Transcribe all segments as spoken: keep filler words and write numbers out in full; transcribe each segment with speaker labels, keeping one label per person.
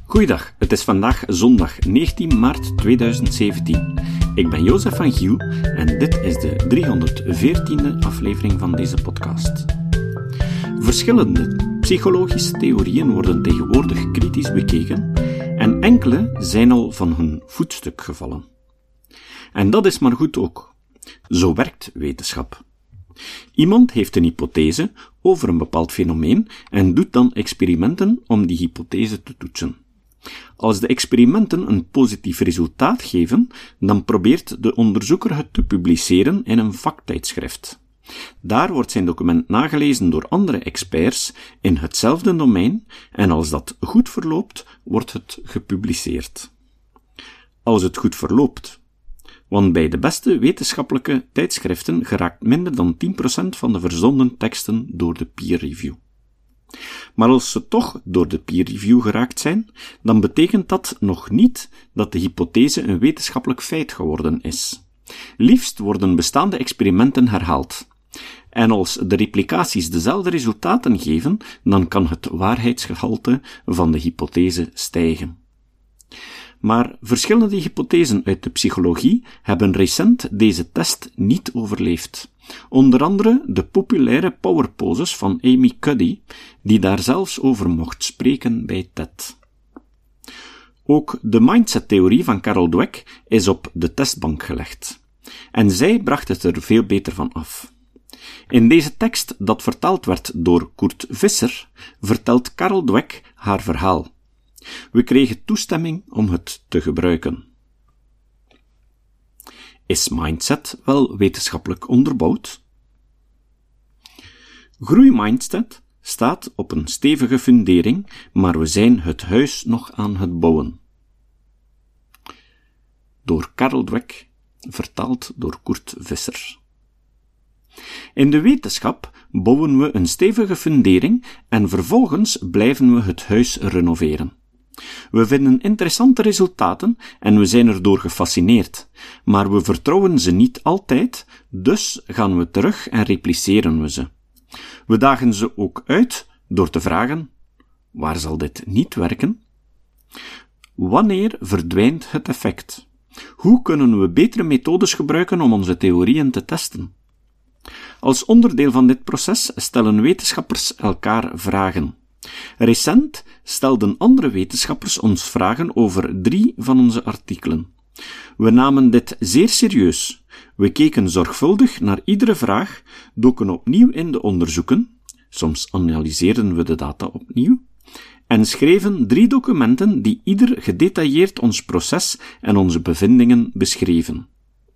Speaker 1: Goeiedag, het is vandaag zondag negentien maart tweeduizend zeventien. Ik ben Jozef van Giel en dit is de driehonderdveertiende aflevering van deze podcast. Verschillende psychologische theorieën worden tegenwoordig kritisch bekeken en enkele zijn al van hun voetstuk gevallen. En dat is maar goed ook. Zo werkt wetenschap. Iemand heeft een hypothese over een bepaald fenomeen en doet dan experimenten om die hypothese te toetsen. Als de experimenten een positief resultaat geven, dan probeert de onderzoeker het te publiceren in een vaktijdschrift. Daar wordt zijn document nagelezen door andere experts in hetzelfde domein en als dat goed verloopt, wordt het gepubliceerd. Als het goed verloopt, want bij de beste wetenschappelijke tijdschriften geraakt minder dan tien procent van de verzonden teksten door de peer review. Maar als ze toch door de peer review geraakt zijn, dan betekent dat nog niet dat de hypothese een wetenschappelijk feit geworden is. Liefst worden bestaande experimenten herhaald. En als de replicaties dezelfde resultaten geven, dan kan het waarheidsgehalte van de hypothese stijgen. Maar verschillende hypothesen uit de psychologie hebben recent deze test niet overleefd. Onder andere de populaire powerposes van Amy Cuddy, die daar zelfs over mocht spreken bij TED. Ook de mindset-theorie van Carol Dweck is op de testbank gelegd. En zij bracht het er veel beter van af. In deze tekst, dat vertaald werd door Kurt Visser, vertelt Carol Dweck haar verhaal. We kregen toestemming om het te gebruiken. Is mindset wel wetenschappelijk onderbouwd? Groeimindset staat op een stevige fundering, maar we zijn het huis nog aan het bouwen. Door Carol Dweck, vertaald door Kurt Visser. In de wetenschap bouwen we een stevige fundering en vervolgens blijven we het huis renoveren. We vinden interessante resultaten en we zijn erdoor gefascineerd, maar we vertrouwen ze niet altijd, dus gaan we terug en repliceren we ze. We dagen ze ook uit door te vragen: waar zal dit niet werken? Wanneer verdwijnt het effect? Hoe kunnen we betere methodes gebruiken om onze theorieën te testen? Als onderdeel van dit proces stellen wetenschappers elkaar vragen. Recent stelden andere wetenschappers ons vragen over drie van onze artikelen. We namen dit zeer serieus. We keken zorgvuldig naar iedere vraag, doken opnieuw in de onderzoeken, soms analyseerden we de data opnieuw, en schreven drie documenten die ieder gedetailleerd ons proces en onze bevindingen beschreven.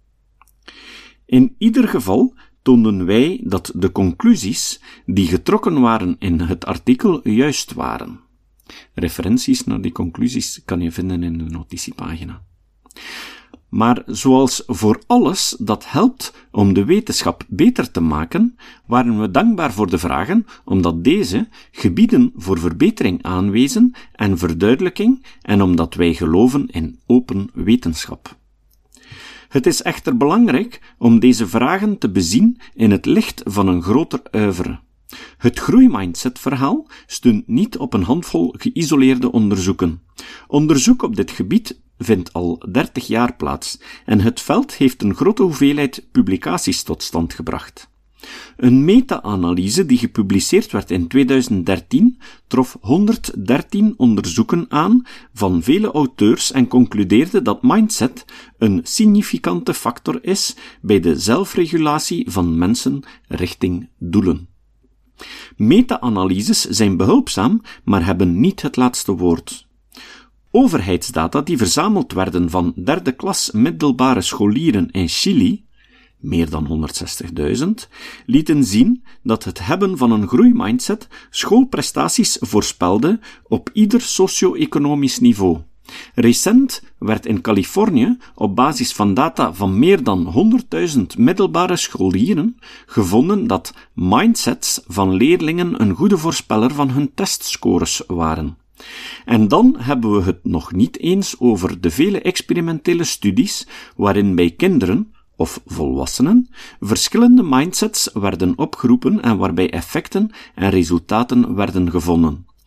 Speaker 1: In ieder geval toonden wij dat de conclusies die getrokken waren in het artikel juist waren. Referenties naar die conclusies kan je vinden in de notitiepagina. Maar zoals voor alles dat helpt om de wetenschap beter te maken, waren we dankbaar voor de vragen, omdat deze gebieden voor verbetering aanwezen en verduidelijking en omdat wij geloven in open wetenschap. Het is echter belangrijk om deze vragen te bezien in het licht van een groter oeuvre. Het groeimindset-verhaal steunt niet op een handvol geïsoleerde onderzoeken. Onderzoek op dit gebied vindt al dertig jaar plaats en het veld heeft een grote hoeveelheid publicaties tot stand gebracht. Een meta-analyse die gepubliceerd werd in tweeduizend dertien trof honderddertien onderzoeken aan van vele auteurs en concludeerde dat mindset een significante factor is bij de zelfregulatie van mensen richting doelen. Meta-analyses zijn behulpzaam, maar hebben niet het laatste woord. Overheidsdata die verzameld werden van derde klas middelbare scholieren in Chili, meer dan honderdzestigduizend, lieten zien dat het hebben van een groeimindset schoolprestaties voorspelde op ieder socio-economisch niveau. Recent werd in Californië, op basis van data van meer dan honderdduizend middelbare scholieren, gevonden dat mindsets van leerlingen een goede voorspeller van hun testscores waren. En dan hebben we het nog niet eens over de vele experimentele studies waarin bij kinderen, of volwassenen, verschillende mindsets werden opgeroepen en waarbij effecten en resultaten werden gevonden.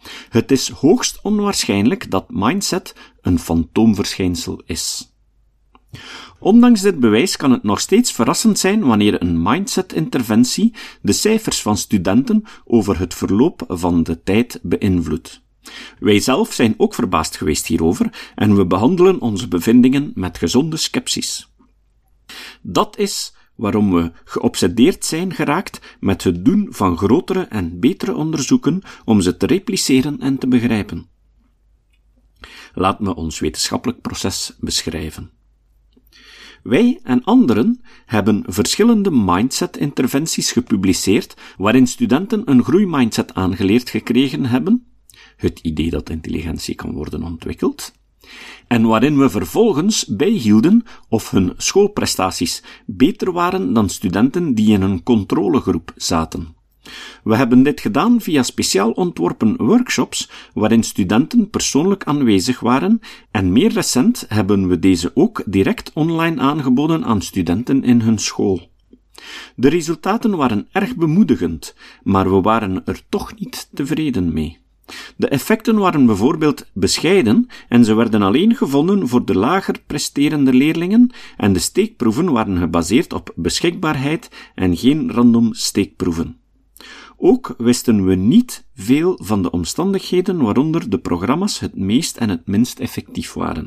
Speaker 1: Het is hoogst onwaarschijnlijk dat mindset een fantoomverschijnsel is. Ondanks dit bewijs kan het nog steeds verrassend zijn wanneer een mindset-interventie de cijfers van studenten over het verloop van de tijd beïnvloedt. Wij zelf zijn ook verbaasd geweest hierover en we behandelen onze bevindingen met gezonde scepsis. Dat is waarom we geobsedeerd zijn geraakt met het doen van grotere en betere onderzoeken om ze te repliceren en te begrijpen. Laat me ons wetenschappelijk proces beschrijven. Wij en anderen hebben verschillende mindset-interventies gepubliceerd waarin studenten een groeimindset aangeleerd gekregen hebben, het idee dat intelligentie kan worden ontwikkeld, en waarin we vervolgens bijhielden of hun schoolprestaties beter waren dan studenten die in een controlegroep zaten. We hebben dit gedaan via speciaal ontworpen workshops waarin studenten persoonlijk aanwezig waren en meer recent hebben we deze ook direct online aangeboden aan studenten in hun school. De resultaten waren erg bemoedigend, maar we waren er toch niet tevreden mee. De effecten waren bijvoorbeeld bescheiden en ze werden alleen gevonden voor de lager presterende leerlingen en de steekproeven waren gebaseerd op beschikbaarheid en geen random steekproeven. Ook wisten we niet veel van de omstandigheden waaronder de programma's het meest en het minst effectief waren.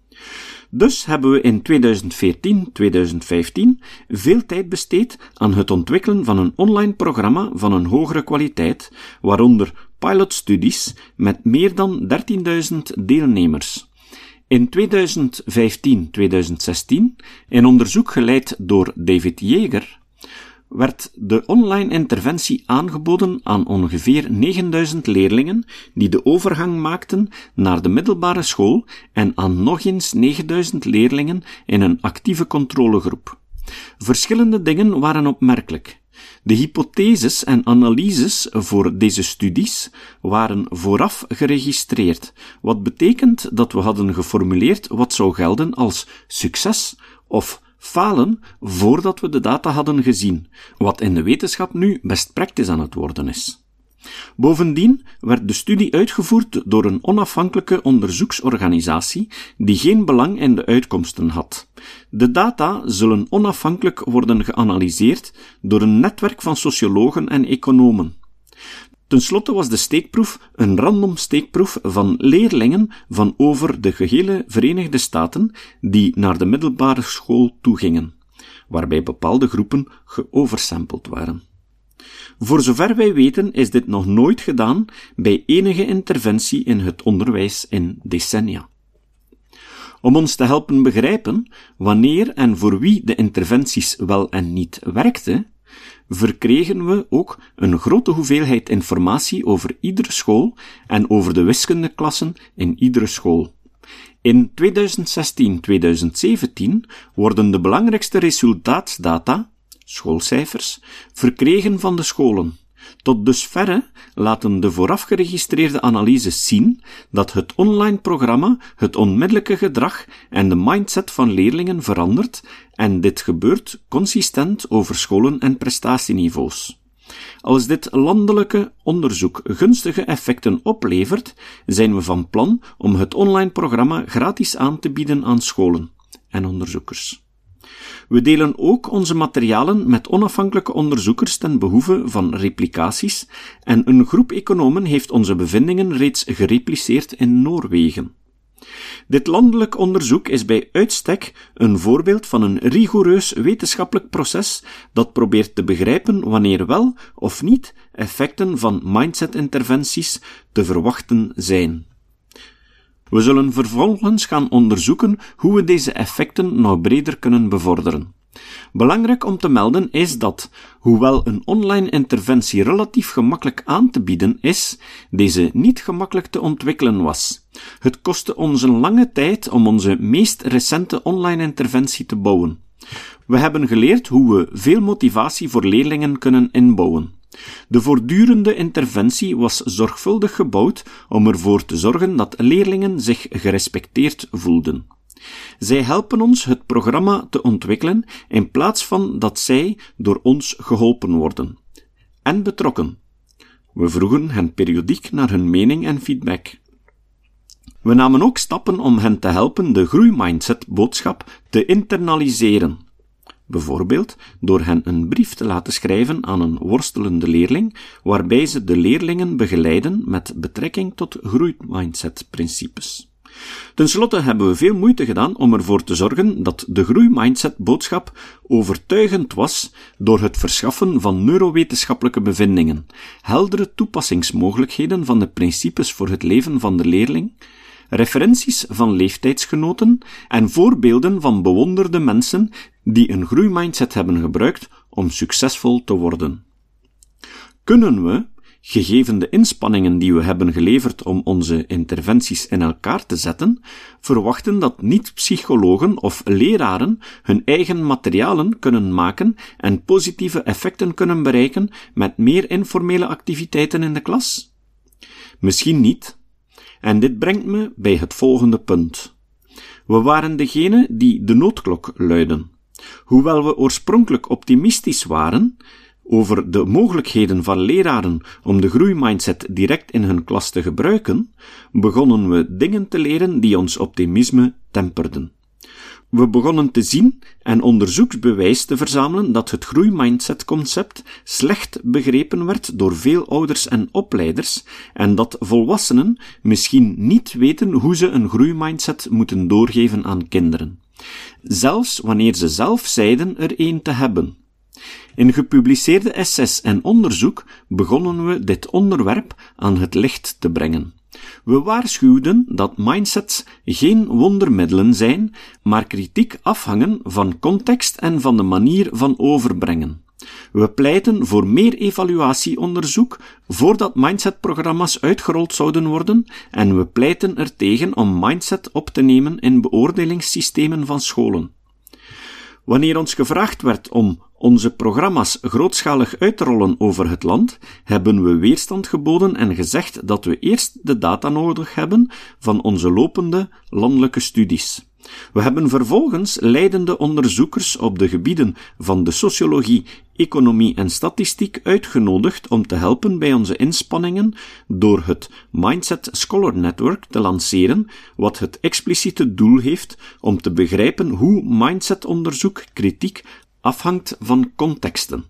Speaker 1: Dus hebben we in tweeduizend veertien tweeduizend vijftien veel tijd besteed aan het ontwikkelen van een online programma van een hogere kwaliteit, waaronder pilotstudies met meer dan dertienduizend deelnemers. In tweeduizend vijftien tweeduizend zestien, in onderzoek geleid door David Yeager, werd de online interventie aangeboden aan ongeveer negenduizend leerlingen die de overgang maakten naar de middelbare school en aan nog eens negenduizend leerlingen in een actieve controlegroep. Verschillende dingen waren opmerkelijk. De hypotheses en analyses voor deze studies waren vooraf geregistreerd, wat betekent dat we hadden geformuleerd wat zou gelden als succes of falen voordat we de data hadden gezien, wat in de wetenschap nu best practice aan het worden is. Bovendien werd de studie uitgevoerd door een onafhankelijke onderzoeksorganisatie die geen belang in de uitkomsten had. De data zullen onafhankelijk worden geanalyseerd door een netwerk van sociologen en economen. Ten slotte was de steekproef een random steekproef van leerlingen van over de gehele Verenigde Staten die naar de middelbare school toegingen, waarbij bepaalde groepen geoversampled waren. Voor zover wij weten is dit nog nooit gedaan bij enige interventie in het onderwijs in decennia. Om ons te helpen begrijpen wanneer en voor wie de interventies wel en niet werkten, verkregen we ook een grote hoeveelheid informatie over iedere school en over de wiskundeklassen in iedere school. In tweeduizend zestien tweeduizend zeventien worden de belangrijkste resultaatsdata, schoolcijfers, verkregen van de scholen. Tot dusverre laten de vooraf geregistreerde analyses zien dat het online programma het onmiddellijke gedrag en de mindset van leerlingen verandert en dit gebeurt consistent over scholen en prestatieniveaus. Als dit landelijke onderzoek gunstige effecten oplevert, zijn we van plan om het online programma gratis aan te bieden aan scholen en onderzoekers. We delen ook onze materialen met onafhankelijke onderzoekers ten behoeve van replicaties en een groep economen heeft onze bevindingen reeds gerepliceerd in Noorwegen. Dit landelijk onderzoek is bij uitstek een voorbeeld van een rigoureus wetenschappelijk proces dat probeert te begrijpen wanneer wel of niet effecten van mindset-interventies te verwachten zijn. We zullen vervolgens gaan onderzoeken hoe we deze effecten nog breder kunnen bevorderen. Belangrijk om te melden is dat, hoewel een online interventie relatief gemakkelijk aan te bieden is, deze niet gemakkelijk te ontwikkelen was. Het kostte ons een lange tijd om onze meest recente online interventie te bouwen. We hebben geleerd hoe we veel motivatie voor leerlingen kunnen inbouwen. De voortdurende interventie was zorgvuldig gebouwd om ervoor te zorgen dat leerlingen zich gerespecteerd voelden. Zij helpen ons het programma te ontwikkelen in plaats van dat zij door ons geholpen worden. En betrokken. We vroegen hen periodiek naar hun mening en feedback. We namen ook stappen om hen te helpen de groeimindset-boodschap te internaliseren. Bijvoorbeeld door hen een brief te laten schrijven aan een worstelende leerling, waarbij ze de leerlingen begeleiden met betrekking tot groeimindset-principes. Ten slotte hebben we veel moeite gedaan om ervoor te zorgen dat de groeimindset-boodschap overtuigend was door het verschaffen van neurowetenschappelijke bevindingen, heldere toepassingsmogelijkheden van de principes voor het leven van de leerling, referenties van leeftijdsgenoten en voorbeelden van bewonderde mensen die een groeimindset hebben gebruikt om succesvol te worden. Kunnen we, gegeven de inspanningen die we hebben geleverd om onze interventies in elkaar te zetten, verwachten dat niet-psychologen of leraren hun eigen materialen kunnen maken en positieve effecten kunnen bereiken met meer informele activiteiten in de klas? Misschien niet. En dit brengt me bij het volgende punt. We waren degene die de noodklok luiden. Hoewel we oorspronkelijk optimistisch waren over de mogelijkheden van leraren om de groeimindset direct in hun klas te gebruiken, begonnen we dingen te leren die ons optimisme temperden. We begonnen te zien en onderzoeksbewijs te verzamelen dat het groeimindset-concept slecht begrepen werd door veel ouders en opleiders en dat volwassenen misschien niet weten hoe ze een groeimindset moeten doorgeven aan kinderen. Zelfs wanneer ze zelf zeiden er een te hebben. In gepubliceerde essays en onderzoek begonnen we dit onderwerp aan het licht te brengen. We waarschuwden dat mindsets geen wondermiddelen zijn, maar kritiek afhangen van context en van de manier van overbrengen. We pleiten voor meer evaluatieonderzoek voordat mindset-programma's uitgerold zouden worden en we pleiten er tegen om mindset op te nemen in beoordelingssystemen van scholen. Wanneer ons gevraagd werd om onze programma's grootschalig uit te rollen over het land, hebben we weerstand geboden en gezegd dat we eerst de data nodig hebben van onze lopende landelijke studies. We hebben vervolgens leidende onderzoekers op de gebieden van de sociologie, economie en statistiek uitgenodigd om te helpen bij onze inspanningen door het Mindset Scholar Network te lanceren, wat het expliciete doel heeft om te begrijpen hoe mindsetonderzoek kritiek afhangt van contexten.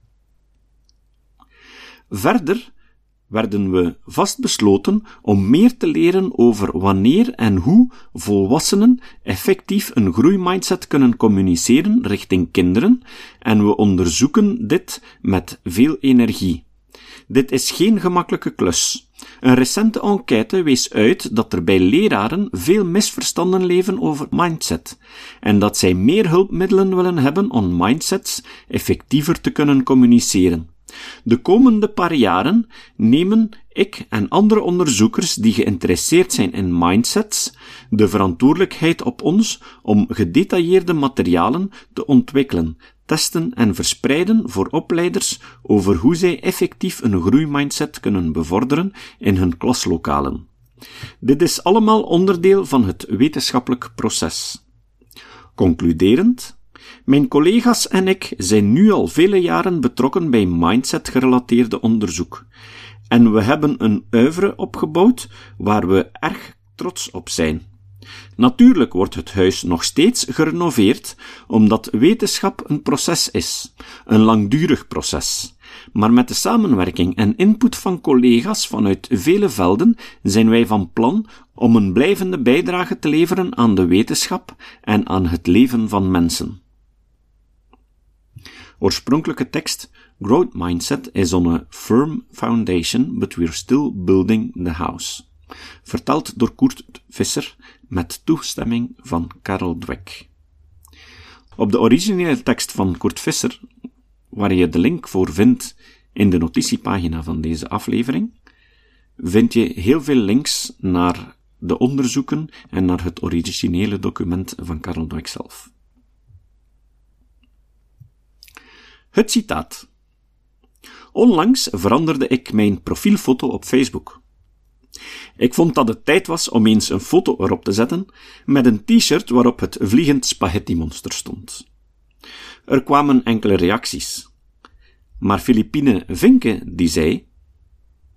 Speaker 1: Verder werden we vastbesloten om meer te leren over wanneer en hoe volwassenen effectief een groeimindset kunnen communiceren richting kinderen en we onderzoeken dit met veel energie. Dit is geen gemakkelijke klus. Een recente enquête wees uit dat er bij leraren veel misverstanden leven over mindset en dat zij meer hulpmiddelen willen hebben om mindsets effectiever te kunnen communiceren. De komende paar jaren nemen ik en andere onderzoekers die geïnteresseerd zijn in mindsets de verantwoordelijkheid op ons om gedetailleerde materialen te ontwikkelen, testen en verspreiden voor opleiders over hoe zij effectief een groeimindset kunnen bevorderen in hun klaslokalen. Dit is allemaal onderdeel van het wetenschappelijk proces. Concluderend, mijn collega's en ik zijn nu al vele jaren betrokken bij mindset-gerelateerde onderzoek. En we hebben een oeuvre opgebouwd waar we erg trots op zijn. Natuurlijk wordt het huis nog steeds gerenoveerd, omdat wetenschap een proces is, een langdurig proces. Maar met de samenwerking en input van collega's vanuit vele velden zijn wij van plan om een blijvende bijdrage te leveren aan de wetenschap en aan het leven van mensen. Oorspronkelijke tekst: Growth mindset is on a firm foundation, but we're still building the house. Vertaald door Kurt Visser, met toestemming van Carol Dweck. Op de originele tekst van Kurt Visser, waar je de link voor vindt in de notitiepagina van deze aflevering, vind je heel veel links naar de onderzoeken en naar het originele document van Carol Dweck zelf. Het citaat. Onlangs veranderde ik mijn profielfoto op Facebook. Ik vond dat het tijd was om eens een foto erop te zetten met een t-shirt waarop het vliegend spaghetti-monster stond. Er kwamen enkele reacties. Maar Philippine Vinke die zei: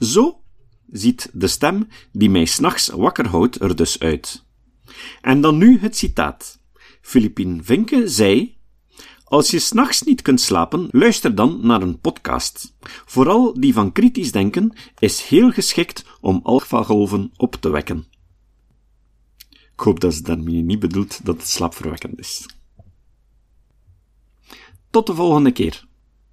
Speaker 1: Zo ziet de stem die mij 's nachts wakker houdt er dus uit. En dan nu het citaat. Philippine Vinke zei: als je 's nachts niet kunt slapen, luister dan naar een podcast. Vooral die van kritisch denken is heel geschikt om alpha-golven op te wekken. Ik hoop dat ze daarmee niet bedoelt dat het slaapverwekkend is. Tot de volgende keer.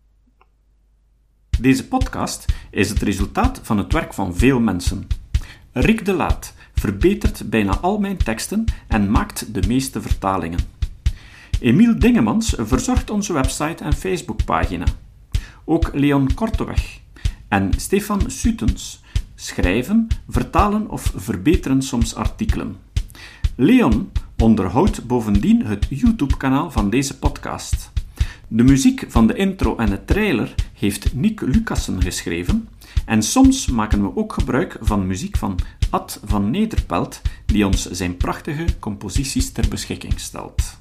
Speaker 1: Deze podcast is het resultaat van het werk van veel mensen. Rick de Laat verbetert bijna al mijn teksten en maakt de meeste vertalingen. Emiel Dingemans verzorgt onze website en Facebookpagina. Ook Leon Korteweg en Stefan Sutens schrijven, vertalen of verbeteren soms artikelen. Leon onderhoudt bovendien het YouTube-kanaal van deze podcast. De muziek van de intro en de trailer heeft Nick Lucassen geschreven en soms maken we ook gebruik van muziek van Ad van Nederpelt, die ons zijn prachtige composities ter beschikking stelt.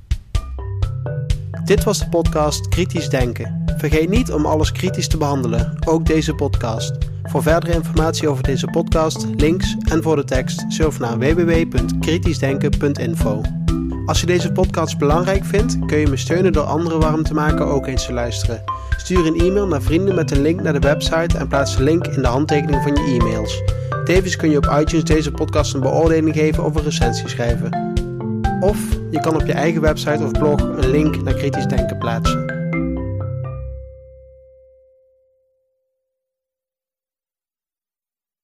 Speaker 2: Dit was de podcast Kritisch Denken. Vergeet niet om alles kritisch te behandelen, ook deze podcast. Voor verdere informatie over deze podcast, links en voor de tekst, surf naar w w w punt kritisch denken punt info. Als je deze podcast belangrijk vindt, kun je me steunen door anderen warm te maken ook eens te luisteren. Stuur een e-mail naar vrienden met een link naar de website en plaats de link in de handtekening van je e-mails. Tevens kun je op iTunes deze podcast een beoordeling geven of een recensie schrijven. Of je kan op je eigen website of blog een link naar kritisch denken plaatsen.